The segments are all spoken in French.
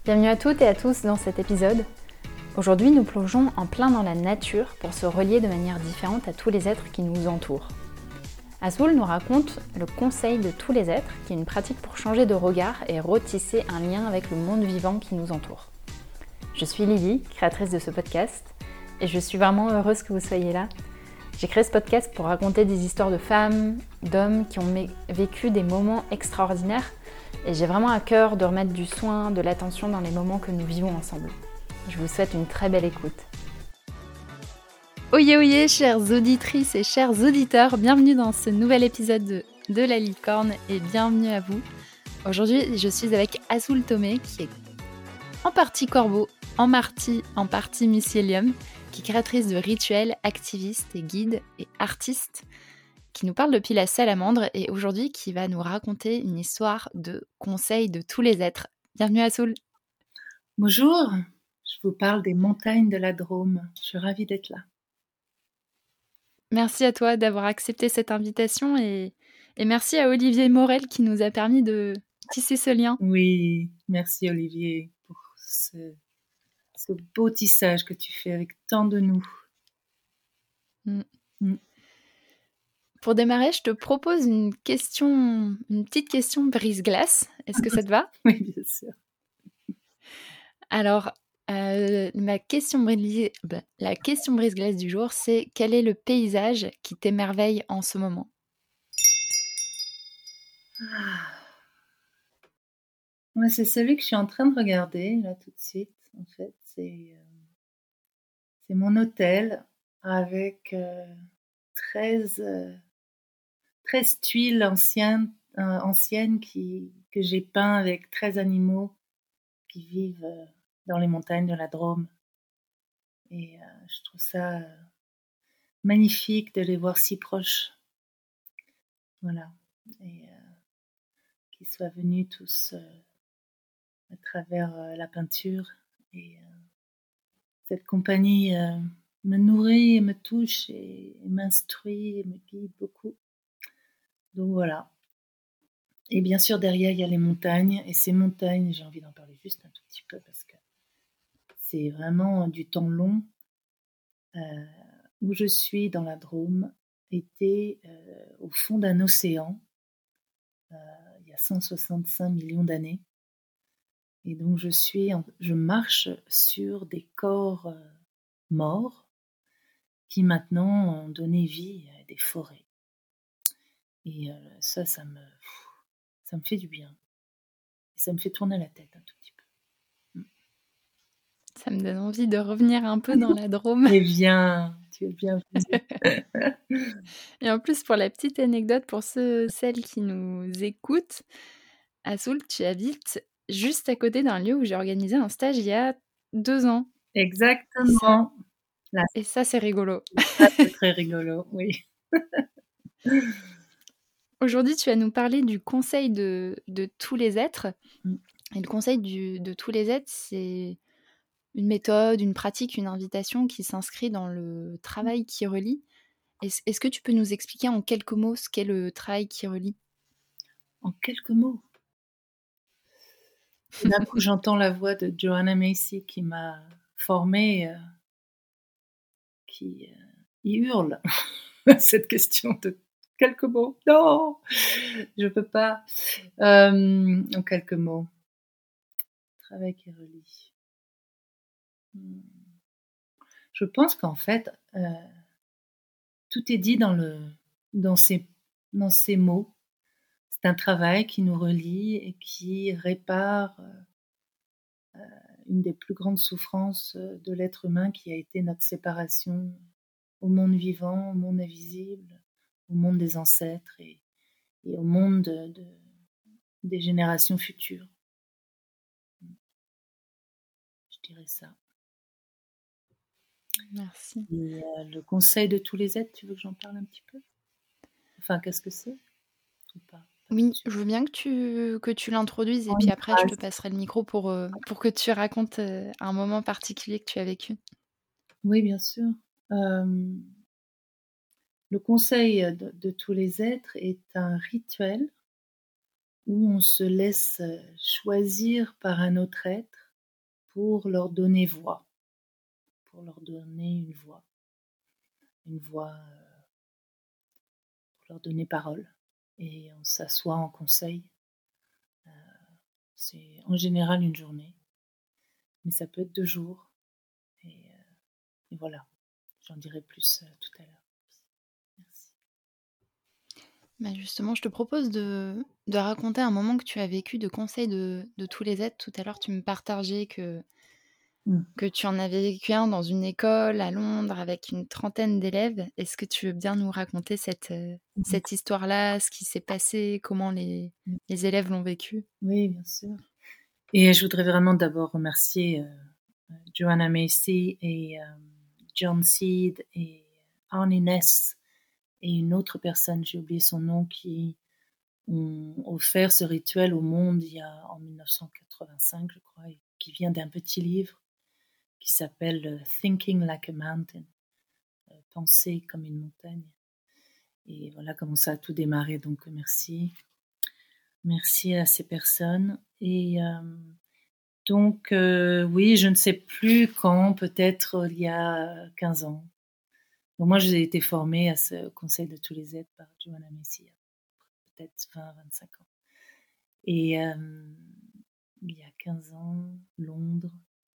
Bienvenue à toutes et à tous dans cet épisode. Aujourd'hui, nous plongeons en plein dans la nature pour se relier de manière différente à tous les êtres qui nous entourent. Azul nous raconte le conseil de tous les êtres, qui est une pratique pour changer de regard et retisser un lien avec le monde vivant qui nous entoure. Je suis Lily, créatrice de ce podcast, et je suis vraiment heureuse que vous soyez là. J'ai créé ce podcast pour raconter des histoires de femmes, d'hommes qui ont vécu des moments extraordinaires, et j'ai vraiment à cœur de remettre du soin, de l'attention dans les moments que nous vivons ensemble. Je vous souhaite une très belle écoute. Oyez, oyez, chères auditrices et chers auditeurs, bienvenue dans ce nouvel épisode de La Licorne et bienvenue à vous. Aujourd'hui, je suis avec Azul Tomé, qui est en partie corbeau, en partie mycélium, qui est créatrice de rituels, activiste et guide et artiste, qui nous parle depuis la salamandre et aujourd'hui qui va nous raconter une histoire de conseil de tous les êtres. Bienvenue Azul. Bonjour, je vous parle des montagnes de la Drôme. Je suis ravie d'être là. Merci à toi d'avoir accepté cette invitation et merci à Olivier Morel qui nous a permis de tisser ce lien. Oui, merci Olivier pour ce beau tissage que tu fais avec tant de nous. Pour démarrer, je te propose une petite question brise-glace. Est-ce que ça te va ? Oui, bien sûr. Alors, la question brise-glace du jour, c'est quel est le paysage qui t'émerveille en ce moment ? Ouais, c'est celui que je suis en train de regarder là tout de suite. En fait, c'est mon hôtel avec 13 tuiles anciennes que j'ai peint avec 13 animaux qui vivent dans les montagnes de la Drôme. Et je trouve ça magnifique de les voir si proches. Voilà. Et qu'ils soient venus tous à travers la peinture. Et cette compagnie me nourrit et me touche et m'instruit et me guide beaucoup. Donc voilà. Et bien sûr, derrière, il y a les montagnes. Et ces montagnes, j'ai envie d'en parler juste un tout petit peu parce que c'est vraiment du temps long. Où je suis dans la Drôme était au fond d'un océan il y a 165 millions d'années. Et donc je marche sur des corps morts qui maintenant ont donné vie à des forêts. Et ça me fait du bien. Et ça me fait tourner la tête un tout petit peu. Ça me donne envie de revenir un peu dans la Drôme. Eh bien, tu es bienvenue. Et en plus, pour la petite anecdote, pour celles qui nous écoutent, Azul, tu habites juste à côté d'un lieu où j'ai organisé un stage il y a 2 ans. Exactement. Et ça, c'est rigolo. Ça, c'est très rigolo, oui. Aujourd'hui, tu vas nous parler du conseil de tous les êtres. Et le conseil de tous les êtres, c'est une méthode, une pratique, une invitation qui s'inscrit dans le travail qui relie. Est-ce que tu peux nous expliquer en quelques mots ce qu'est le travail qui relie ? En quelques mots. Et d'un coup, j'entends la voix de Joanna Macy qui m'a formée, qui hurle cette question de quelques mots. Non, je peux pas. En quelques mots. Travail qui relie. Je pense qu'en fait, tout est dit dans ces mots. C'est un travail qui nous relie et qui répare une des plus grandes souffrances de l'être humain qui a été notre séparation au monde vivant, au monde invisible, au monde des ancêtres et au monde des générations futures. Je dirais ça. Merci. Et le conseil de tous les êtres, tu veux que j'en parle un petit peu ? Enfin, qu'est-ce que c'est ou pas ? Oui, je veux bien que tu l'introduises et puis après je te passerai le micro pour que tu racontes un moment particulier que tu as vécu. Oui, bien sûr. Le conseil de tous les êtres est un rituel où on se laisse choisir par un autre être pour leur donner voix, pour leur donner une voix, pour leur donner parole. Et on s'assoit en conseil. C'est en général une journée, mais ça peut être 2 jours. Et voilà, j'en dirai plus tout à l'heure. Merci. Bah justement, je te propose de raconter un moment que tu as vécu de conseil de tous les êtres. Tout à l'heure, tu me partageais que tu en avais vécu un dans une école à Londres avec une trentaine d'élèves. Est-ce que tu veux bien nous raconter cette histoire-là, ce qui s'est passé, comment les élèves l'ont vécu? Oui, bien sûr. Et je voudrais vraiment d'abord remercier Joanna Macy et John Seed et Arnie Ness et une autre personne, j'ai oublié son nom, qui ont offert ce rituel au monde en 1985, je crois, et qui vient d'un petit livre qui s'appelle Thinking Like a Mountain, penser comme une montagne. Et voilà comment ça a tout démarré, donc merci. Merci à ces personnes. Et donc, oui, je ne sais plus quand, peut-être il y a 15 ans. Donc moi, j'ai été formée à ce conseil de tous les êtres par Joanna Macy, peut-être 20-25 ans. Et il y a 15 ans, Londres,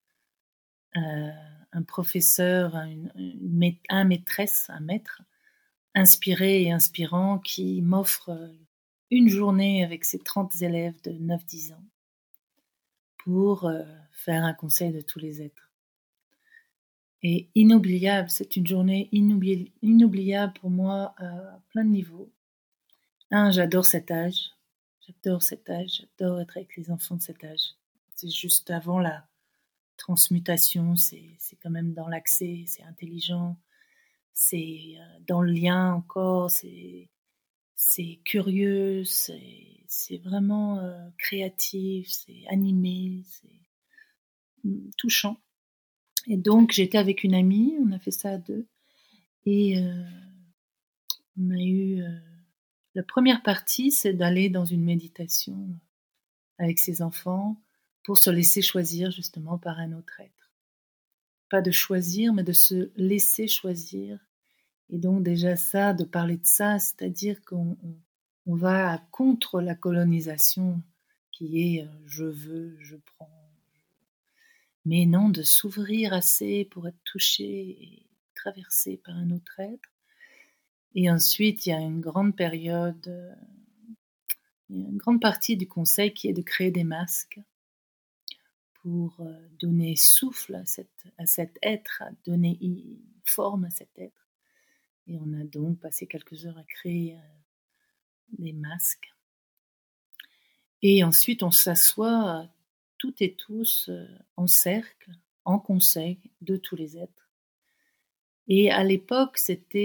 un professeur, un maître, inspiré et inspirant, qui m'offre une journée avec ses 30 élèves de 9-10 ans pour faire un conseil de tous les êtres. Et inoubliable, c'est une journée inoubliable pour moi à plein de niveaux. J'adore cet âge, j'adore être avec les enfants de cet âge. C'est juste avant la transmutation, c'est quand même dans l'accès, c'est intelligent, c'est dans le lien encore, c'est curieux, c'est vraiment créatif, c'est animé, c'est touchant. Et donc j'étais avec une amie, on a fait ça à 2, et on a eu la première partie, c'est d'aller dans une méditation avec ses enfants pour se laisser choisir justement par un autre être. Pas de choisir, mais de se laisser choisir. Et donc déjà ça, de parler de ça, c'est-à-dire qu'on va contre la colonisation qui est je veux, je prends. Mais non, de s'ouvrir assez pour être touché et traversé par un autre être. Et ensuite, il y a une grande période, il y a une grande partie du conseil qui est de créer des masques pour donner souffle à cet être, à donner forme à cet être. Et on a donc passé quelques heures à créer des masques. Et ensuite, on s'assoit toutes et tous en cercle, en conseil de tous les êtres. Et à l'époque,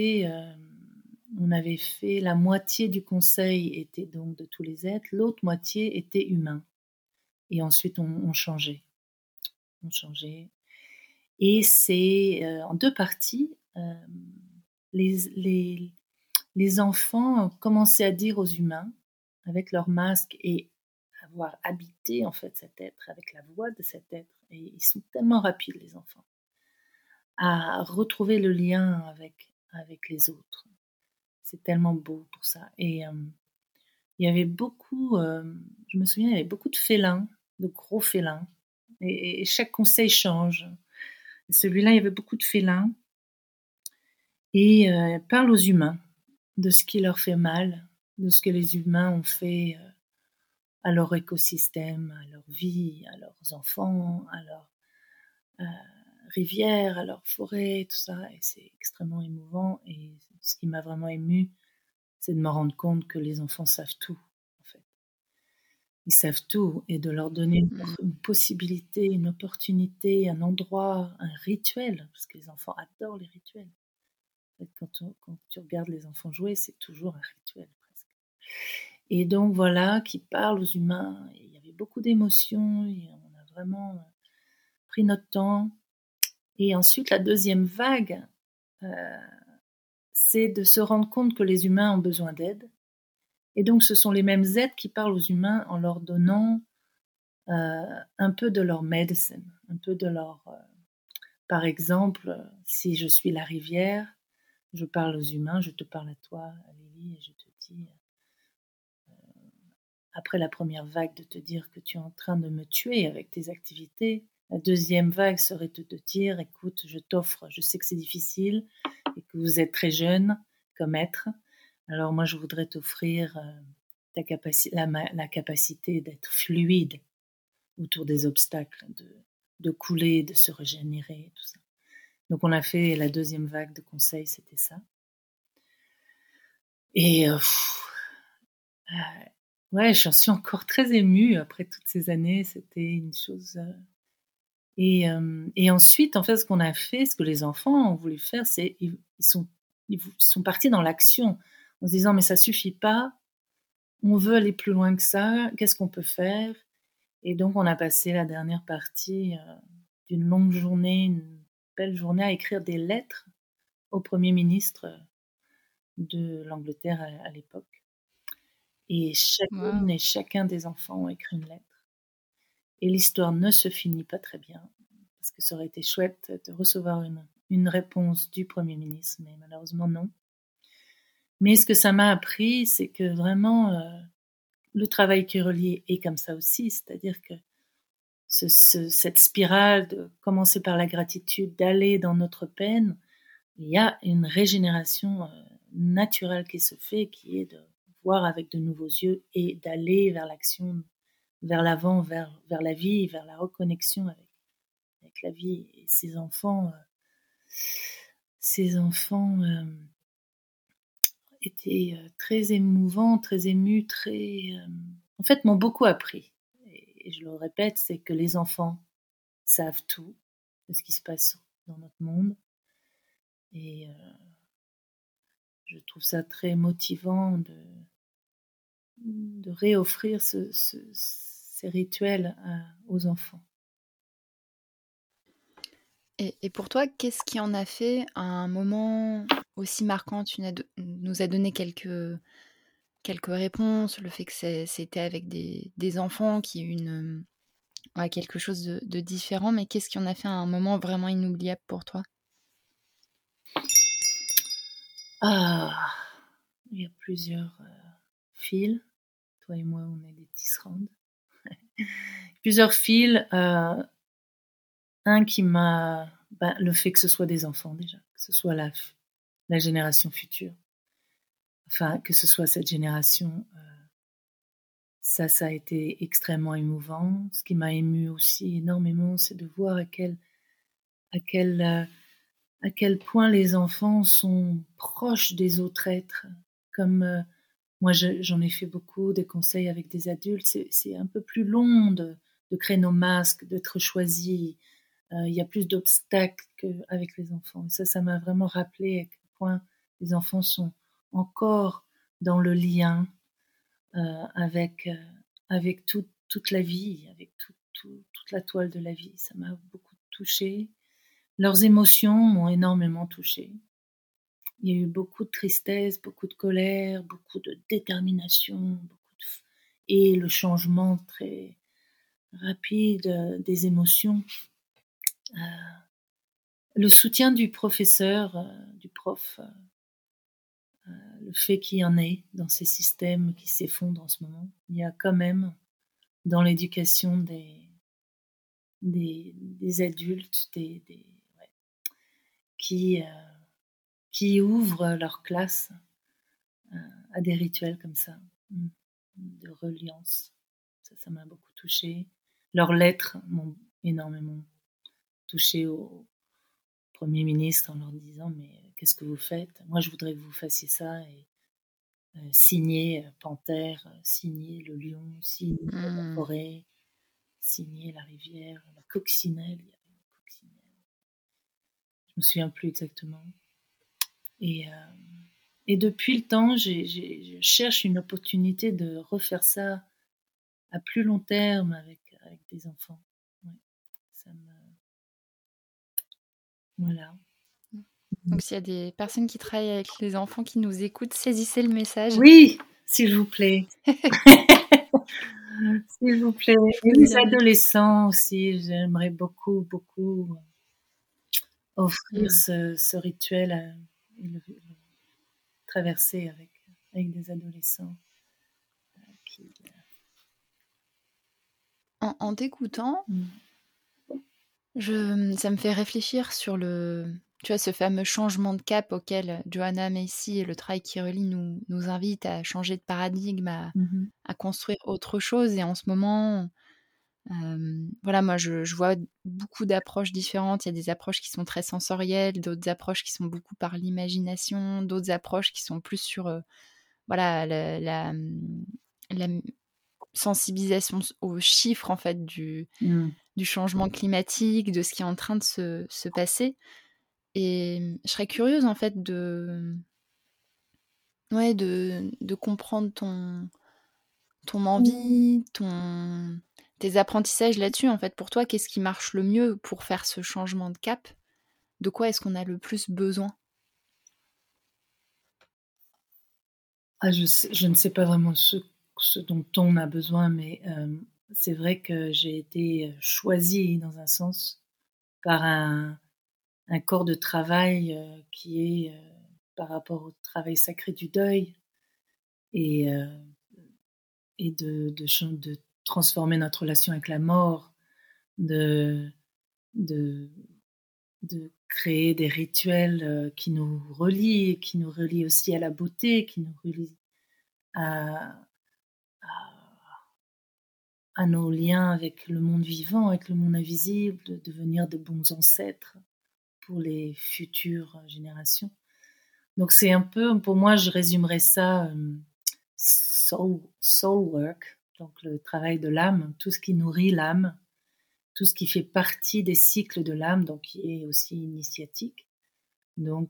on avait fait la moitié du conseil était donc de tous les êtres, l'autre moitié était humain. Et ensuite, on changeait. Et c'est en 2 parties. Les enfants commençaient à dire aux humains, avec leur masque et avoir habité en fait cet être, avec la voix de cet être, et ils sont tellement rapides les enfants, à retrouver le lien avec les autres. C'est tellement beau pour ça. Et il y avait beaucoup, je me souviens, il y avait beaucoup de félins, de gros félins, et chaque conseil change. Et celui-là, il y avait beaucoup de félins, et parle aux humains de ce qui leur fait mal, de ce que les humains ont fait à leur écosystème, à leur vie, à leurs enfants, à leurs rivières, à leurs forêts, tout ça. Et c'est extrêmement émouvant. Et ce qui m'a vraiment émue, c'est de me rendre compte que les enfants savent tout, en fait. Ils savent tout, et de leur donner une possibilité, une opportunité, un endroit, un rituel, parce que les enfants adorent les rituels. En fait, quand tu regardes les enfants jouer, c'est toujours un rituel, presque. Et donc voilà, qui parle aux humains. Et il y avait beaucoup d'émotions, et on a vraiment pris notre temps. Et ensuite, la deuxième vague, c'est de se rendre compte que les humains ont besoin d'aide. Et donc, ce sont les mêmes êtres qui parlent aux humains en leur donnant un peu de leur medicine, un peu de leur... par exemple, si je suis la rivière, je parle aux humains, je te parle à toi, à Lily, et je te dis, après la première vague, de te dire que tu es en train de me tuer avec tes activités. La deuxième vague serait de te dire, écoute, je t'offre, je sais que c'est difficile et que vous êtes très jeune comme être. Alors moi, je voudrais t'offrir la capacité d'être fluide autour des obstacles, de couler, de se régénérer, tout ça. Donc on a fait la deuxième vague de conseils, c'était ça. Et ouais, j'en suis encore très émue après toutes ces années. C'était une chose. Et ensuite, en fait, ce qu'on a fait, ce que les enfants ont voulu faire, c'est ils sont partis dans l'action en se disant mais ça suffit pas, on veut aller plus loin que ça. Qu'est-ce qu'on peut faire? Et donc on a passé la dernière partie d'une longue journée, une belle journée, à écrire des lettres au Premier ministre de l'Angleterre à l'époque. Et chacune et chacun des enfants ont écrit une lettre. Et l'histoire ne se finit pas très bien, parce que ça aurait été chouette de recevoir une réponse du Premier ministre, mais malheureusement non. Mais ce que ça m'a appris, c'est que vraiment, le travail qui est relié est comme ça aussi, c'est-à-dire que cette spirale de commencer par la gratitude, d'aller dans notre peine, il y a une régénération naturelle qui se fait, qui est de voir avec de nouveaux yeux et d'aller vers l'action, vers l'avant, vers la vie, vers la reconnexion avec la vie. Et ces enfants étaient très émouvants, très émus, en fait, m'ont beaucoup appris. Et je le répète, c'est que les enfants savent tout de ce qui se passe dans notre monde. Et je trouve ça très motivant de réoffrir ces rituels aux enfants. Et pour toi, qu'est-ce qui en a fait un moment aussi marquant? Tu nous as donné quelques réponses, le fait que c'était avec des enfants qui ont quelque chose de différent, mais qu'est-ce qui en a fait un moment vraiment inoubliable pour toi? Il y a plusieurs fils. Toi et moi, on est des tisserandes. Plusieurs fils. Un qui m'a... le fait que ce soit des enfants déjà, que ce soit la génération future. Enfin, que ce soit cette génération, ça a été extrêmement émouvant. Ce qui m'a ému aussi énormément, c'est de voir à quel point les enfants sont proches des autres êtres. Comme moi, j'en ai fait beaucoup des conseils avec des adultes. C'est un peu plus long de créer nos masques, d'être choisis. Il y a plus d'obstacles qu'avec les enfants. Et ça m'a vraiment rappelé à quel point les enfants sont encore dans le lien avec toute la vie, avec toute la toile de la vie. Ça m'a beaucoup touchée. Leurs émotions m'ont énormément touchée. Il y a eu beaucoup de tristesse, beaucoup de colère, beaucoup de détermination, et le changement très rapide des émotions. Le soutien du professeur, du prof, le fait qu'il y en ait dans ces systèmes qui s'effondrent en ce moment. Il y a quand même dans l'éducation des adultes qui ouvrent leur classe à des rituels comme ça, de reliance. Ça m'a beaucoup touchée. Leurs lettres m'ont énormément touchée au Premier ministre en leur disant mais qu'est-ce que vous faites? Moi je voudrais que vous fassiez ça et signer Panthère, signer le lion, signer la forêt, signer la rivière, la coccinelle. Il y avait une coccinelle. Je me souviens plus exactement. Et depuis le temps, je cherche une opportunité de refaire ça à plus long terme avec des enfants. Ouais. Voilà. Donc s'il y a des personnes qui travaillent avec les enfants qui nous écoutent, saisissez le message. Oui, s'il vous plaît. S'il vous plaît. Je Et vous les dirai. adolescents aussi, j'aimerais beaucoup, beaucoup offrir Mm. ce rituel et le traverser avec des adolescents qui... En t'écoutant, Mm. ça me fait réfléchir sur tu vois, ce fameux changement de cap auquel Joanna Macy et le travail qui relie nous invitent à changer de paradigme, Mhm. à construire autre chose. Et en ce moment, voilà, moi, je vois beaucoup d'approches différentes. Il y a des approches qui sont très sensorielles, d'autres approches qui sont beaucoup par l'imagination, d'autres approches qui sont plus sur voilà, la sensibilisation aux chiffres, en fait, Mm. du changement climatique, de ce qui est en train de se passer. Et je serais curieuse, en fait, ouais, de comprendre ton envie, tes apprentissages là-dessus. En fait, pour toi, qu'est-ce qui marche le mieux pour faire ce changement de cap? De quoi est-ce qu'on a le plus besoin? Ah, je ne sais pas vraiment ce dont on a besoin, mais c'est vrai que j'ai été choisie dans un sens par un corps de travail qui est par rapport au travail sacré du deuil et, euh, et de transformer notre relation avec la mort, de, de, de créer des rituels qui nous relient aussi à la beauté, qui nous relient à, à nos liens avec le monde vivant, avec le monde invisible, de devenir de bons ancêtres pour les futures générations. Donc c'est un peu, pour moi, je résumerais ça soul work, donc le travail de l'âme, tout ce qui nourrit l'âme, tout ce qui fait partie des cycles de l'âme, donc qui est aussi initiatique. Donc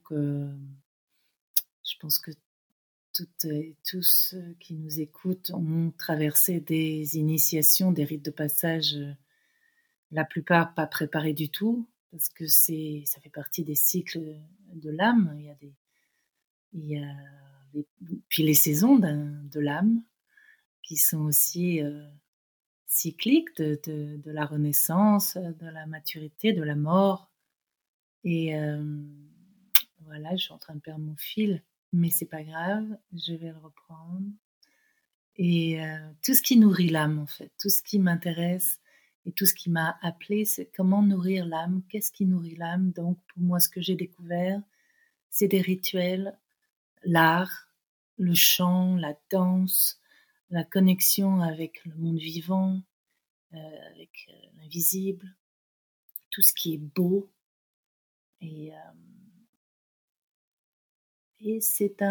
je pense que toutes et tous ceux qui nous écoutent ont traversé des initiations, des rites de passage, la plupart pas préparés du tout, parce que ça fait partie des cycles de l'âme. Il y a puis les saisons de l'âme qui sont aussi cycliques de la renaissance, de la maturité, de la mort. Et voilà, je suis en train de perdre mon fil, mais c'est pas grave, je vais le reprendre. Et tout ce qui nourrit l'âme, en fait, tout ce qui m'intéresse et tout ce qui m'a appelé, c'est comment nourrir l'âme, qu'est-ce qui nourrit l'âme. Donc, pour moi, ce que j'ai découvert, c'est des rituels, l'art, le chant, la danse, la connexion avec le monde vivant, avec l'invisible, tout ce qui est beau. Et, c'est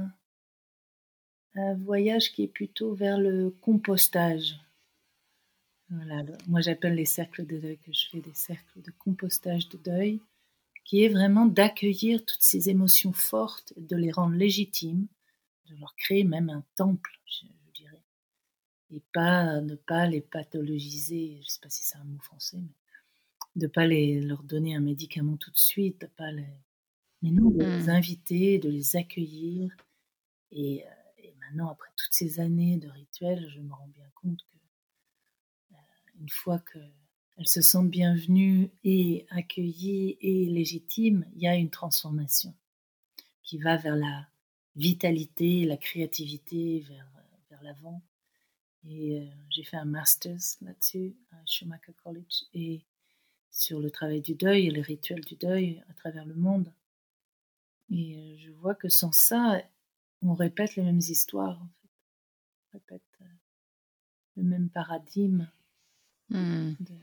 un voyage qui est plutôt vers le compostage. Voilà, moi j'appelle les cercles de deuil, que je fais des cercles de compostage de deuil, qui est vraiment d'accueillir toutes ces émotions fortes, de les rendre légitimes, de leur créer même un temple, je dirais, et pas ne pas les pathologiser, je ne sais pas si c'est un mot français, mais de ne pas leur donner un médicament tout de suite, mais non, de les inviter, de les accueillir. Et maintenant, après toutes ces années de rituels, je me rends bien compte que une fois qu'elles se sentent bienvenues et accueillies et légitimes, il y a une transformation qui va vers la vitalité, la créativité, vers l'avant. Et j'ai fait un master's là-dessus à Schumacher College et sur le travail du deuil et les rituels du deuil à travers le monde. Et je vois que sans ça, on répète les mêmes histoires, en fait. On répète le même paradigme de...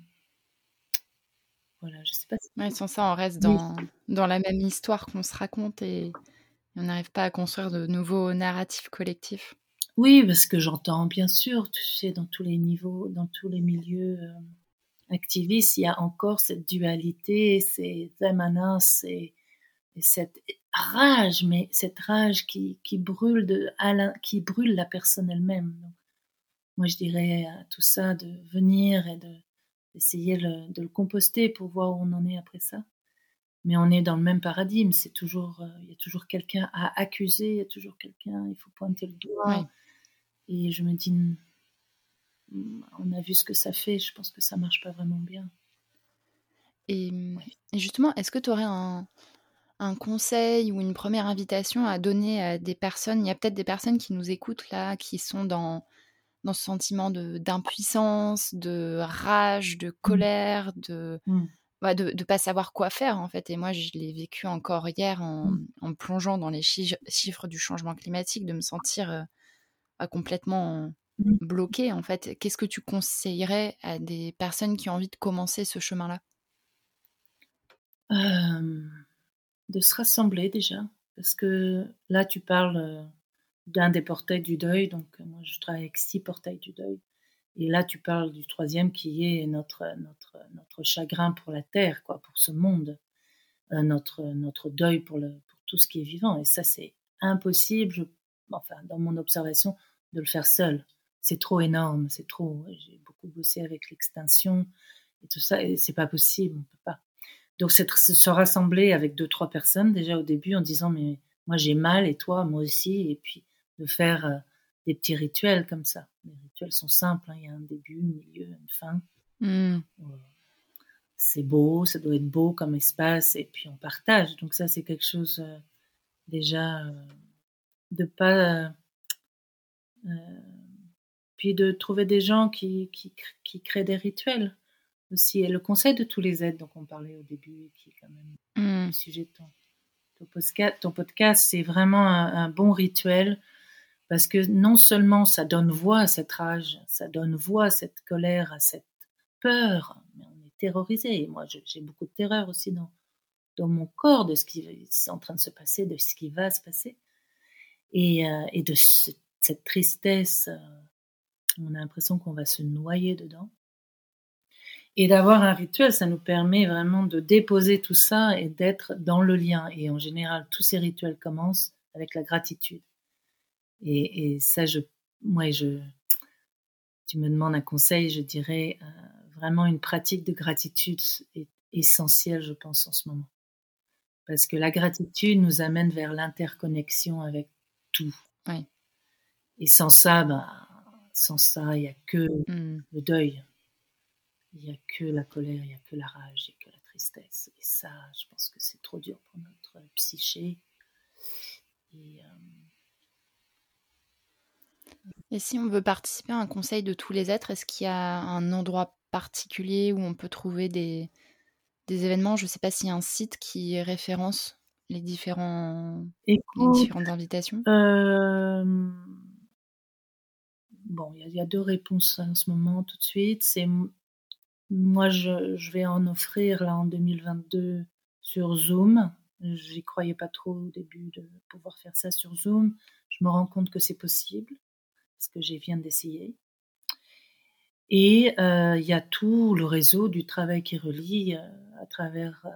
Voilà, je sais pas si... Ouais, sans ça, on reste Oui. dans la même histoire qu'on se raconte et on n'arrive pas à construire de nouveaux narratifs collectifs. Oui, parce que j'entends bien sûr, tu sais, dans tous les niveaux, dans tous les milieux activistes, il y a encore cette dualité, ces émanances et cette rage, mais cette rage qui brûle qui brûle la personne elle-même. Donc, moi, je dirais à tout ça de venir et d'essayer de le composter pour voir où on en est après ça. Mais on est dans le même paradigme, c'est toujours, il y a toujours quelqu'un à accuser, il y a toujours quelqu'un, il faut pointer le doigt. Ouais. Et je me dis, on a vu ce que ça fait. Je pense que ça marche pas vraiment bien. Et justement, est-ce que tu aurais un conseil ou une première invitation à donner à des personnes? Il y a peut-être des personnes qui nous écoutent là, qui sont dans ce sentiment d'impuissance, de rage, de colère, de pas savoir quoi faire en fait. Et moi, je l'ai vécu encore hier en me plongeant dans les chiffres du changement climatique, de me sentir complètement bloquée en fait. Qu'est-ce que tu conseillerais à des personnes qui ont envie de commencer ce chemin-là? De se rassembler déjà, parce que là tu parles d'un des portails du deuil, donc moi je travaille avec 6 portails du deuil, et là tu parles du troisième qui est notre chagrin pour la terre, quoi, pour ce monde, notre deuil pour tout ce qui est vivant, et ça c'est impossible, enfin dans mon observation, de le faire seul. C'est trop énorme, c'est trop. J'ai beaucoup bossé avec l'extinction et tout ça, et c'est pas possible, on peut pas. Donc se rassembler avec 2-3 personnes déjà au début en disant mais moi j'ai mal et toi moi aussi, et puis de faire des petits rituels comme ça. Les rituels sont simples, hein, il y a un début, un milieu, une fin. C'est beau, ça doit être beau comme espace, et puis on partage. Donc ça c'est quelque chose déjà de pas puis de trouver des gens qui créent des rituels aussi. Et le conseil de tous les êtres, donc on parlait au début, qui est quand même le sujet de ton podcast, c'est vraiment un bon rituel, parce que non seulement ça donne voix à cette rage, ça donne voix à cette colère, à cette peur, mais on est terrorisé. Et moi, j'ai beaucoup de terreur aussi dans mon corps de ce qui est en train de se passer, de ce qui va se passer, et de cette tristesse. On a l'impression qu'on va se noyer dedans. Et d'avoir un rituel, ça nous permet vraiment de déposer tout ça et d'être dans le lien. Et en général, tous ces rituels commencent avec la gratitude. Et ça, tu me demandes un conseil, je dirais vraiment une pratique de gratitude est essentielle, je pense, en ce moment. Parce que la gratitude nous amène vers l'interconnexion avec tout. Oui. Et sans ça, il n'y a que le deuil. Il n'y a que la colère, il n'y a que la rage, il n'y a que la tristesse. Et ça, je pense que c'est trop dur pour notre psyché. Et si on veut participer à un conseil de tous les êtres, est-ce qu'il y a un endroit particulier où on peut trouver des événements? Je ne sais pas s'il y a un site qui référence les différentes invitations. Bon, il y a 2 réponses en ce moment tout de suite. C'est moi, je vais en offrir là en 2022 sur Zoom. J'y croyais pas trop au début de pouvoir faire ça sur Zoom. Je me rends compte que c'est possible parce que je viens d'essayer. Et il y a tout le réseau du travail qui relie à travers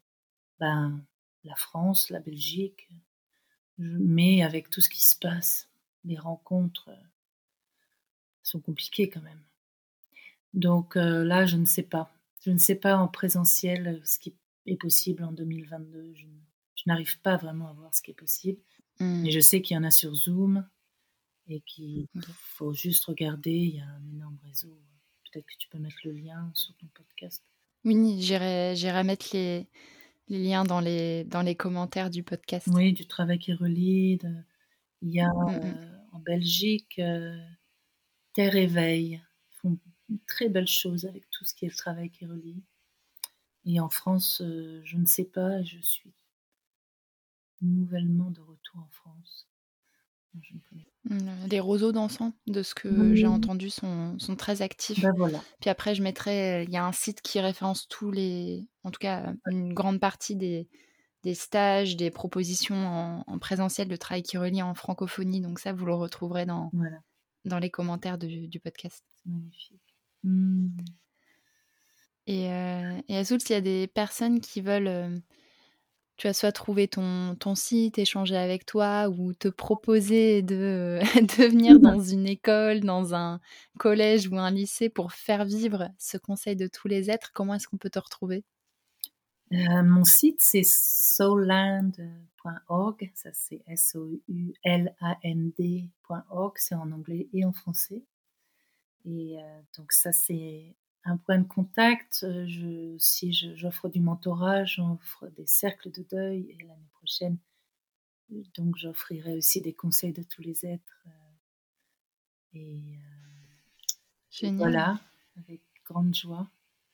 la France, la Belgique, mais avec tout ce qui se passe, les rencontres sont compliquées quand même. Donc là, je ne sais pas. Je ne sais pas en présentiel ce qui est possible en 2022. Je n'arrive pas vraiment à voir ce qui est possible. Mais je sais qu'il y en a sur Zoom et qu'il faut juste regarder. Il y a un énorme réseau. Peut-être que tu peux mettre le lien sur ton podcast. Oui, j'irai mettre les liens dans les commentaires du podcast. Oui, du travail qui relie. Il y a en Belgique Terre Éveil. Ils font une très belle chose avec tout ce qui est le travail qui relie. Et en France, je ne sais pas, je suis nouvellement de retour en France. Je ne connais pas. Les roseaux d'encens, de ce que j'ai entendu, sont très actifs. Ben voilà. Puis après, je mettrai, il y a un site qui référence en tout cas, une grande partie des stages, des propositions en présentiel de travail qui relie en francophonie. Donc ça, vous le retrouverez dans les commentaires du podcast. C'est magnifique. Et Azul, s'il y a des personnes qui veulent, tu vas soit trouver ton site, échanger avec toi, ou te proposer de venir dans une école, dans un collège ou un lycée pour faire vivre ce conseil de tous les êtres, comment est-ce qu'on peut te retrouver? Mon site, c'est soulland.org. Ça, c'est SOULAND.org. C'est en anglais et en français. Et donc ça, c'est un point de contact. J'offre du mentorat, j'offre des cercles de deuil, et l'année prochaine, donc j'offrirai aussi des conseils de tous les êtres. Et Génial. voilà, avec grande joie.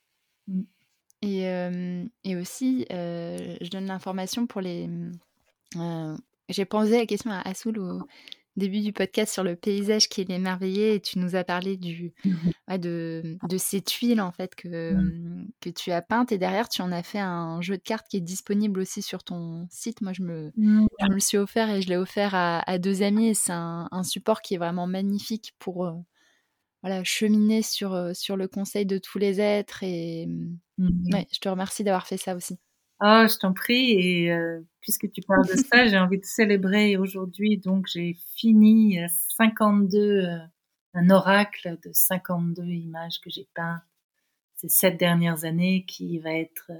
Et aussi, je donne l'information pour les... j'ai posé la question à Assoul au début du podcast sur le paysage qui l'émerveillait, et tu nous as parlé de ces tuiles en fait que tu as peintes, et derrière tu en as fait un jeu de cartes qui est disponible aussi sur ton site. Moi je me le suis offert, et je l'ai offert à 2 amis, et c'est un support qui est vraiment magnifique pour cheminer sur le conseil de tous les êtres. Et ouais, je te remercie d'avoir fait ça aussi. Ah, je t'en prie. Et puisque tu parles de ça, j'ai envie de célébrer aujourd'hui. Donc, j'ai fini 52, un oracle de 52 images que j'ai peintes ces 7 dernières années, qui va être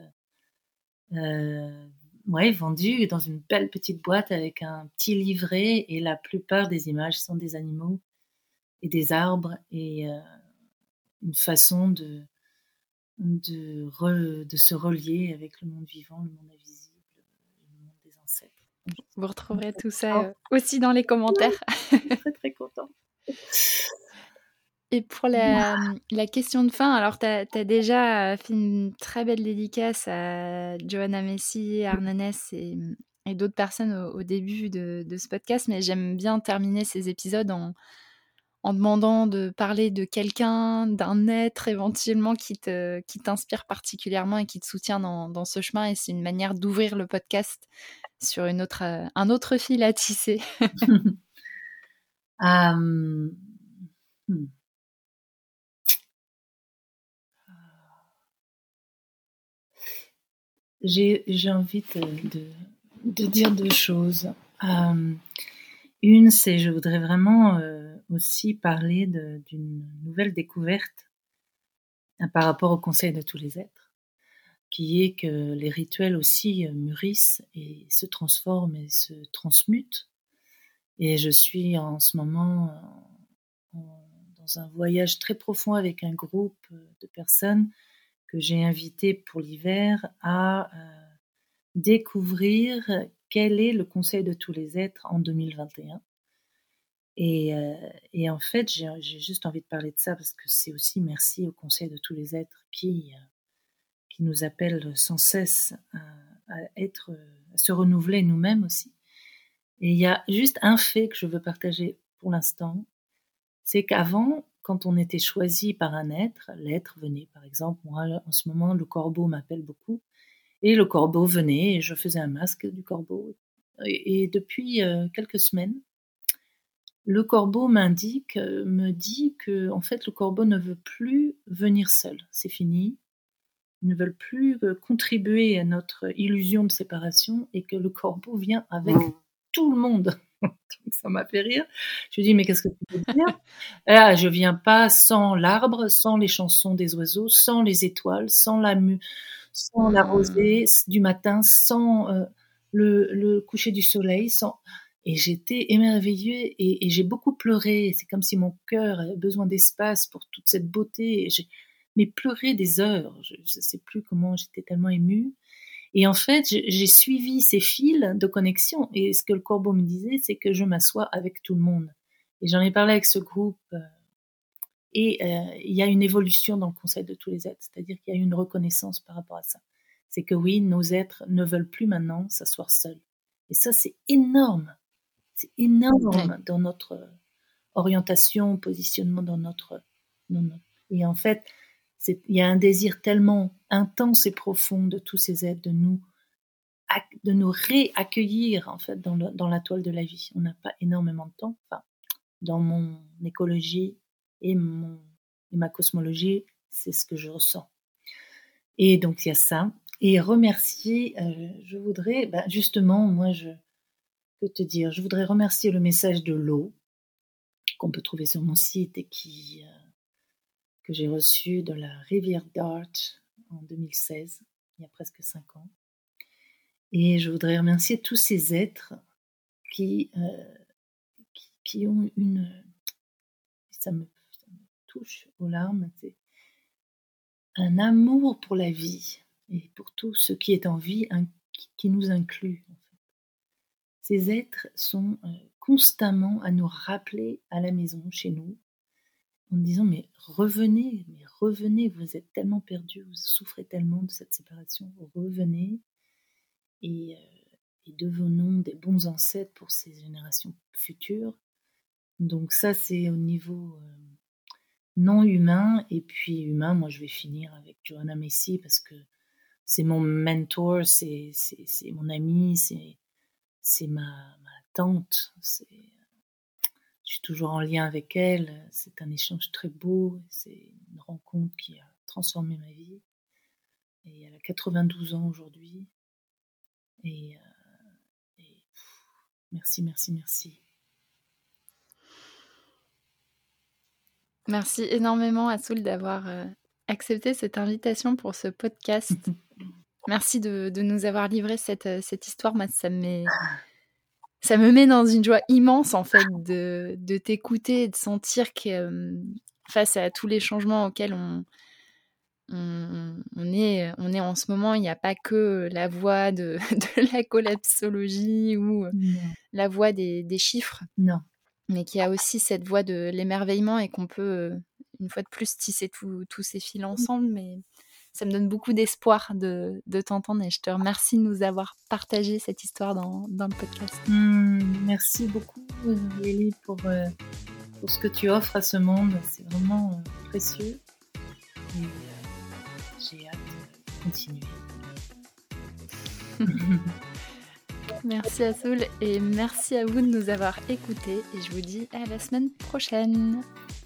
vendu dans une belle petite boîte avec un petit livret. Et la plupart des images sont des animaux et des arbres, et une façon de se relier avec le monde vivant, le monde invisible, le monde des ancêtres. Vous retrouverez tout ça aussi dans les commentaires. Je suis très très contente. Et pour la question de fin, alors tu as déjà fait une très belle dédicace à Johanna Messi, Arnanès et d'autres personnes au début de ce podcast, mais j'aime bien terminer ces épisodes en demandant de parler de quelqu'un, d'un être éventuellement qui t'inspire particulièrement et qui te soutient dans ce chemin. Et c'est une manière d'ouvrir le podcast sur un autre fil à tisser. J'ai envie de dire 2 choses. Une, c'est je voudrais vraiment aussi parler d'une nouvelle découverte par rapport au conseil de tous les êtres, qui est que les rituels aussi mûrissent et se transforment et se transmutent. Et je suis en ce moment dans un voyage très profond avec un groupe de personnes que j'ai invité pour l'hiver à découvrir quel est le conseil de tous les êtres en 2021. Et en fait, j'ai juste envie de parler de ça parce que c'est aussi merci au conseil de tous les êtres qui nous appelle sans cesse à se renouveler nous-mêmes aussi. Et il y a juste un fait que je veux partager pour l'instant, c'est qu'avant, quand on était choisi par un être, l'être venait, par exemple, moi en ce moment, le corbeau m'appelle beaucoup, et le corbeau venait et je faisais un masque du corbeau. Et depuis quelques semaines, le corbeau me dit que en fait le corbeau ne veut plus venir seul, c'est fini. Ils ne veulent plus contribuer à notre illusion de séparation, et que le corbeau vient avec tout le monde. Donc ça m'a fait rire. Je lui dis mais qu'est-ce que tu veux dire? Ah, je viens pas sans l'arbre, sans les chansons des oiseaux, sans les étoiles, sans la rosée du matin, sans le coucher du soleil, sans... Et j'étais émerveillée et j'ai beaucoup pleuré. C'est comme si mon cœur avait besoin d'espace pour toute cette beauté. Et mais pleuré des heures. Je ne sais plus comment, j'étais tellement émue. Et en fait, j'ai suivi ces fils de connexion. Et ce que le corbeau me disait, c'est que je m'assois avec tout le monde. Et j'en ai parlé avec ce groupe. Et il y a une évolution dans le conseil de tous les êtres. C'est-à-dire qu'il y a une reconnaissance par rapport à ça. C'est que oui, nos êtres ne veulent plus maintenant s'asseoir seuls. Et ça, c'est énorme. C'est énorme dans notre orientation, positionnement dans notre... Et en fait, il y a un désir tellement intense et profond de tous ces êtres de nous réaccueillir en fait dans la toile de la vie. On n'a pas énormément de temps. Enfin, dans mon écologie et ma cosmologie, c'est ce que je ressens. Et donc il y a ça. Et remercier, je voudrais, justement, moi je peux te dire, je voudrais remercier le message de l'eau qu'on peut trouver sur mon site et que j'ai reçu de la rivière Dart en 2016, il y a presque 5 ans. Et je voudrais remercier tous ces êtres qui ont une... Ça me touche aux larmes, c'est un amour pour la vie et pour tout ce qui est en vie, qui nous inclut. En fait. Ces êtres sont constamment à nous rappeler à la maison, chez nous, en disant mais revenez, vous êtes tellement perdus, vous souffrez tellement de cette séparation, revenez et devenons des bons ancêtres pour ces générations futures. Donc ça c'est au niveau non humain, et puis humain, moi je vais finir avec Joanna Macy parce que c'est mon mentor, c'est mon amie, c'est ma tante, je suis toujours en lien avec elle, c'est un échange très beau, c'est une rencontre qui a transformé ma vie, et elle a 92 ans aujourd'hui, et merci. Merci énormément Assoul d'avoir accepté cette invitation pour ce podcast. Merci de nous avoir livré cette histoire. Moi, ça me met dans une joie immense en fait de t'écouter et de sentir que face à tous les changements auxquels on est en ce moment, il n'y a pas que la voix de la collapsologie ou la voix des chiffres. Non. Mais qu'il y a aussi cette voix de l'émerveillement et qu'on peut, une fois de plus, tisser tous ces fils ensemble. Mais ça me donne beaucoup d'espoir de t'entendre et je te remercie de nous avoir partagé cette histoire dans le podcast. Merci beaucoup, Lélie, pour ce que tu offres à ce monde. C'est vraiment précieux. Et j'ai hâte de continuer. Merci Assoul et merci à vous de nous avoir écoutés et je vous dis à la semaine prochaine.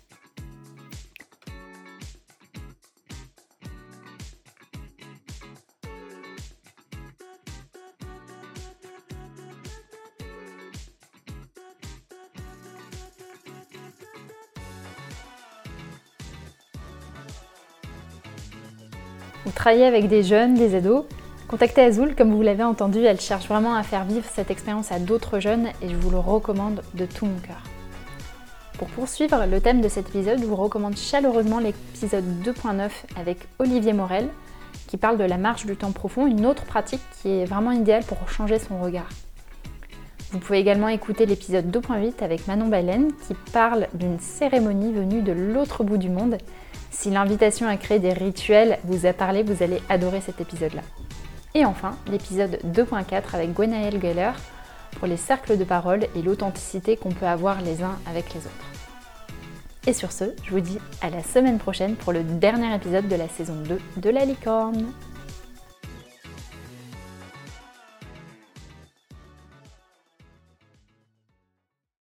Vous travaillez avec des jeunes, des ados ? Contactez Assoul, comme vous l'avez entendu, elle cherche vraiment à faire vivre cette expérience à d'autres jeunes et je vous le recommande de tout mon cœur. Pour poursuivre le thème de cet épisode, je vous recommande chaleureusement l'épisode 2.9 avec Olivier Morel qui parle de la marche du temps profond, une autre pratique qui est vraiment idéale pour changer son regard. Vous pouvez également écouter l'épisode 2.8 avec Manon Baleine qui parle d'une cérémonie venue de l'autre bout du monde. Si l'invitation à créer des rituels vous a parlé, vous allez adorer cet épisode-là. Et enfin, l'épisode 2.4 avec Gwenaëlle Geller pour les cercles de parole et l'authenticité qu'on peut avoir les uns avec les autres. Et sur ce, je vous dis à la semaine prochaine pour le dernier épisode de la saison 2 de La Licorne.